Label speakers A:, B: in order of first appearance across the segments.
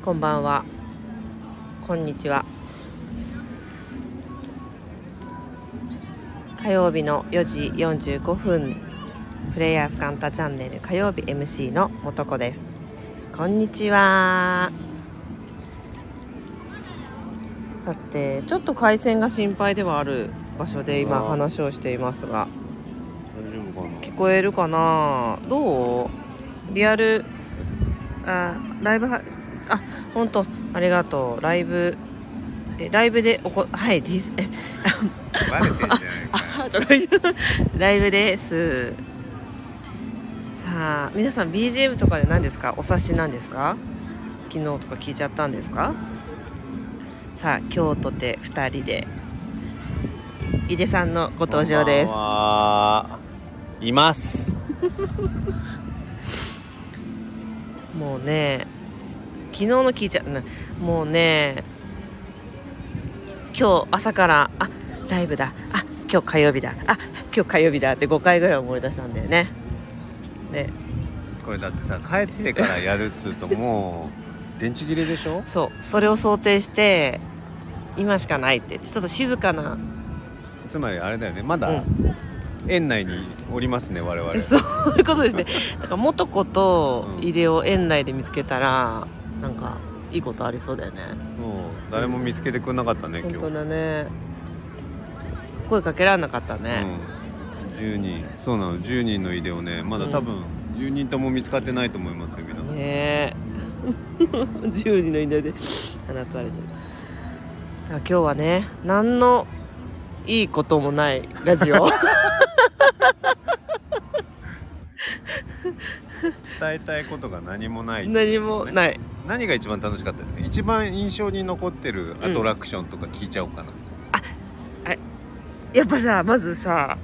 A: こんばんは、こんにちは。火曜日の4時45分プレイヤーズカンタチャンネル火曜日 MC のもとこです。こんにちは。さて、ちょっと回線が心配ではある場所で今話をしていますが、
B: 大丈夫かな。
A: 聞こえるかな。どう？リアルライブ本当ありがとう。ライブではいディス
B: バレてんじゃないか。
A: ライブです。さあ皆さん BGM とかで何ですか？お察しなんですか？昨日とか聞いちゃったんですか？さあ今日とて2人で井出さんのご登場です。
B: こんばんはいます。
A: もうね昨日の聞いちゃもうね今日朝からライブだ、今日火曜日だ、今日火曜日だって5回ぐらい思い出したんだよね。ね、
B: これだってさ、帰ってからやるっつうともう電池切れでしょ。
A: それを想定して今しかないってちょっと静かな、
B: つまりあれだよね、まだ園内におりますね我々。
A: そういうことですね。だから元子と井出を園内で見つけたらなんかいいことありそうだよね。
B: もう誰も見つけてくれなかったね、今日。
A: 本当だね。声かけられなかったね。
B: 10人そうなの、10人の井出をね、まだ多分10人とも見つかってないと思いますよ、皆さん。
A: ねえ10人の井出で放たれてる。だから今日はね、何のいいこともないラジオ
B: 伝えたいことが何もない、
A: 何もない。
B: 何が一番楽しかったですか？一番印象に残ってるアトラクションとか聞いちゃおうかな。
A: やっぱさ、まずさ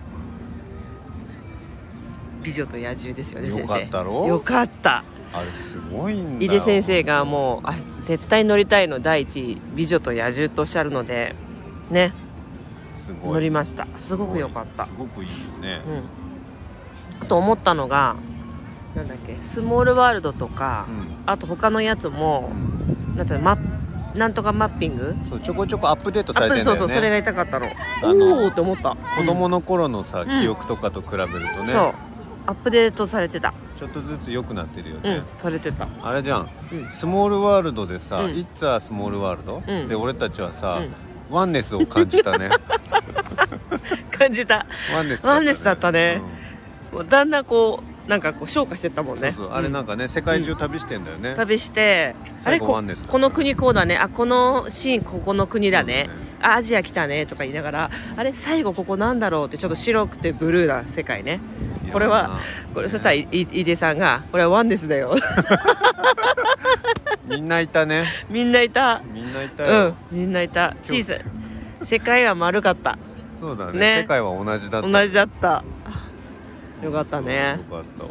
A: 美女と野獣ですよね。
B: よかったろ？
A: よかった。
B: あれすごいんだよ。
A: 井出先生がもう絶対乗りたいの第一位美女と野獣とおっしゃるのでね、
B: すごい
A: 乗りました。すごく良かった。
B: すごくいいよね。
A: あと思ったのがなんだっけ、スモールワールドとか、あと他のやつも、なんとかマッピング、
B: そうちょこちょこアップデートされてるんだよね。
A: そうそれが言いたかったの。おおって思った。
B: 子供の頃のさ、記憶とかと比べるとね、
A: そうアップデートされてた。
B: ちょっとずつ良くなってるよね。
A: されてた。
B: あれじゃん、スモールワールドでさ、It's a Small World、で俺たちはさ、ワンネスを感じたね。
A: 感じた。ワンネスだったね。もうだんだんこうなんかこう昇華してったもんね。
B: そうあれなんかね、世界中旅してんだよね。
A: 旅してあれこの国こうだね、このシーンここの国だね、アジア来たねとか言いながら、あれ最後ここなんだろうってちょっと白くてブルーな世界ね。これそしたら井出さんがこれはワンネスだよ。
B: みんないたね。
A: みんないたよ。みんないた。小さい世界は丸かった。
B: そうだね。世界は同じだった。
A: よかったね。
B: よかったわ。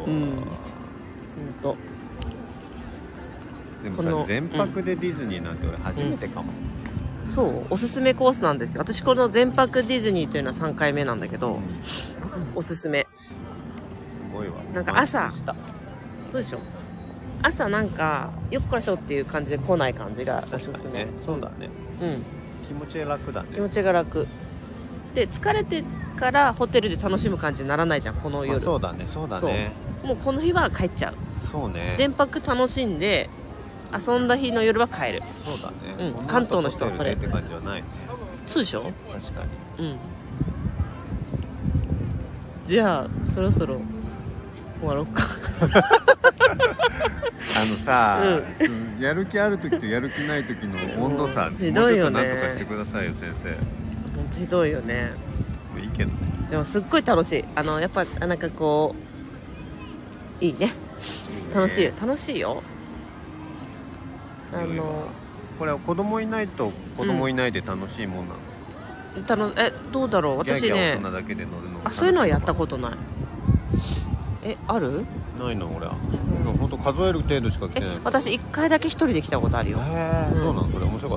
B: でもさ、全泊でディズニーなんて俺初めてかも。
A: そうおすすめコースなんですけど、私この全泊ディズニーというのは3回目なんだけど、おすすめ。
B: すごいわ。
A: なんか朝そうでしょ、朝なんかよっこらしょっていう感じで来ない感じがおすすめ。
B: そうだね。気持ちが楽だね。
A: 気持ちが楽で、疲れてからホテルで楽しむ感じにならないじゃん、この夜。
B: そうだね。
A: もうこの日は帰っちゃう。
B: そうね。
A: 全泊楽しんで遊んだ日の夜は帰る。
B: そうだね。
A: 関東の人はそれ
B: って感じはない。
A: そうでしょ。
B: 確かに。
A: じゃあそろそろ終わろうか。
B: やる気ある時とやる気ない時の温度差、
A: ひどいよね。
B: もうちょっとなんとかしてくださいよ、先生。
A: 本当ひどいよね。
B: いいけどね。で
A: もすっごい楽しい。やっぱなんかこういいね。楽しいよ。
B: これは子供いないと子供いないで楽しいもんなの？
A: どうだろう。私ね、
B: 大人だけで乗るの
A: そういうのはやったことない。ある？
B: ないの俺は。本当数える程度しか来てない。
A: 私1回だけ一人で来たことあるよ。
B: そうなの？それ面白かった？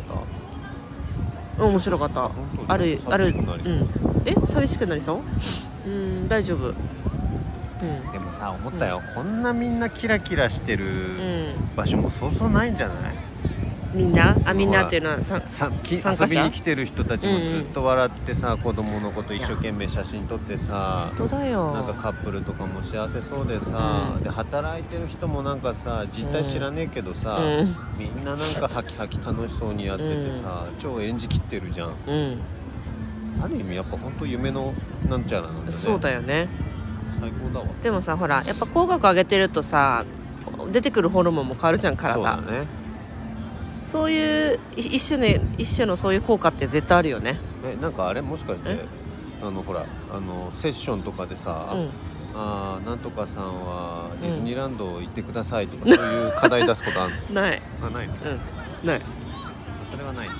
A: 面白かった。ある。寂しくなりそう？大丈夫。
B: でもさ、思ったよ、こんなみんなキラキラしてる場所もそうそうないんじゃない？
A: みんなみんなっていうのは参加者
B: 遊びに来てる人たちもずっと笑ってさ、子供のこと一生懸命写真撮ってさ、
A: 本当だよ。
B: なんかカップルとかも幸せそうでさ、で働いてる人もなんかさ実態知らねえけどさ、みんななんかハキハキ楽しそうにやっててさ、超演じきってるじゃん。ある意味やっぱ本当夢のなんちゃらなんだね。
A: そうだよね。
B: 最高だわ。
A: でもさほらやっぱ口角上げてるとさ出てくるホルモンも変わるじゃん、体。
B: そうだね。
A: そういう一種のそういう効果って絶対あるよね。
B: なんかあれもしかしてほらセッションとかでさ、なんとかさんはディズニーランド行ってくださいとか、そういう課題出すことあるの？
A: ない。
B: ないの？
A: ない。
B: それはないの。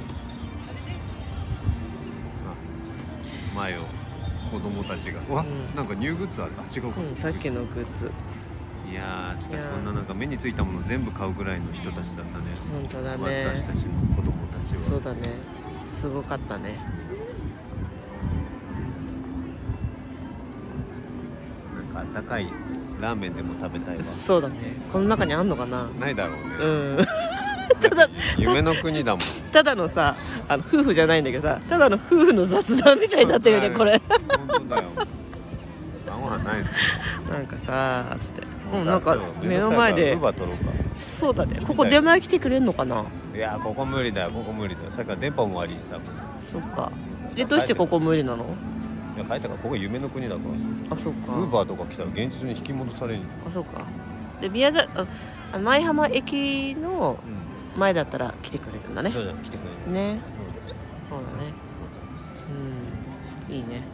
B: 前を子供たちがなんかニューグッズある。違うか、
A: さっきのグッズ。
B: いやしかしこんななんか目についたもの全部買うぐらいの人たちだったね。
A: 本当だね。
B: 私たちの子供たちは。
A: そうだね。すごかったね。
B: なんか温かいラーメンでも食べたいわ。
A: そうだね。この中にあんのかな。
B: ないだろうね。ただ夢の国だもん。
A: ただのさ夫婦じゃないんだけどさ、ただの夫婦の雑談みたいになってるよねこれ。
B: 本当だよ。晩ご飯ないですよ。
A: なんかさつってなんか目の前で。そうだね。ここ出前来てくれんのかな。
B: いやここ無理だよ。さっきから電波も悪いしさ。
A: そっか。でどうしてここ無理なの？
B: いや帰ったからここ夢の国だから。
A: あ、そっか。
B: ウーバーとか来たら現実に引き戻される。
A: あ、そっか。で舞浜駅の前だったら来てくれるんだね。
B: そうだ、来てくれる
A: ね。そうだね。いいね。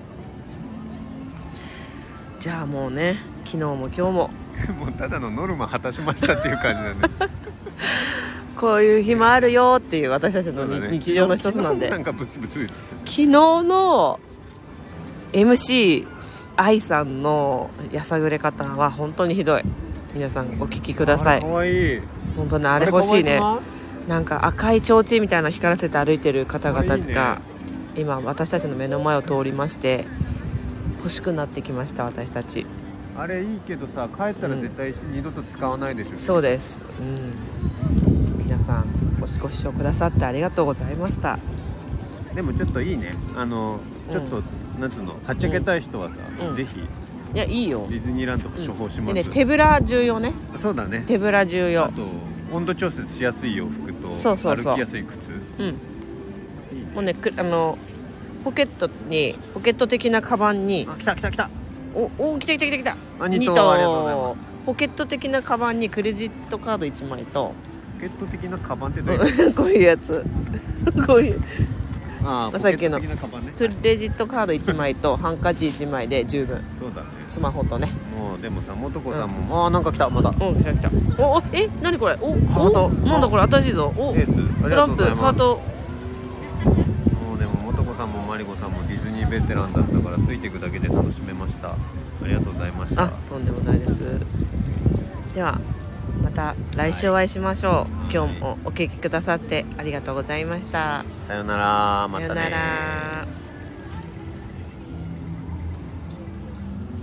A: じゃあもうね、昨日も今日も
B: もうただのノルマ果たしましたっていう感じだね。
A: こういう日もあるよっていう私たちの、日常の一つなんで。
B: なんかブツブツ言ってた。
A: 昨日の MC 愛さんのやさぐれ方は本当にひどい。皆さんお聞きください。
B: かわいい。
A: 本当にあれ欲しいね。なんか赤い提灯みたいなの光らせて歩いてる方々が今私たちの目の前を通りまして欲しくなってきました。私たち
B: あれいいけどさ、帰ったら絶対二度と使わないでしょ。
A: そうです、皆さんご視聴くださってありがとうございました。
B: でもちょっといいね。ちょっとなんつうの、はっちゃけたい人はさ、ぜひ。
A: いや、いいよ。
B: ディズニーランド処方します。
A: でね、手ぶら重要ね。
B: そうだね。
A: 手ぶら重要。
B: あと温度調節しやすい洋服と歩きやすい靴。
A: もうね、ポケット的なカバンに。
B: 来た。来た。
A: 来た。2頭
B: ありがとうございます。
A: ポケット的なカバンにクレジットカード1枚と。
B: ポケット的なカバンってどういう
A: こういうやつ。こういう。さっきのクレジットカード1枚とハンカチ1枚で十分。
B: そうだね。
A: スマホとね。
B: もうでもさ、素子さんもなんか来た。また。
A: 来た。何これ。ハート。なんだこれ新しいぞ。
B: エース。
A: トランプハート。
B: もうでも素子さんもマリコさんもディズニーベテランだったからついていくだけで楽しめました。ありがとうございました。
A: とんでもないです。ではまた来週お会いしましょう。今日もお聞きくださってありがとうございました。
B: さよなら。またね。
A: さよなら。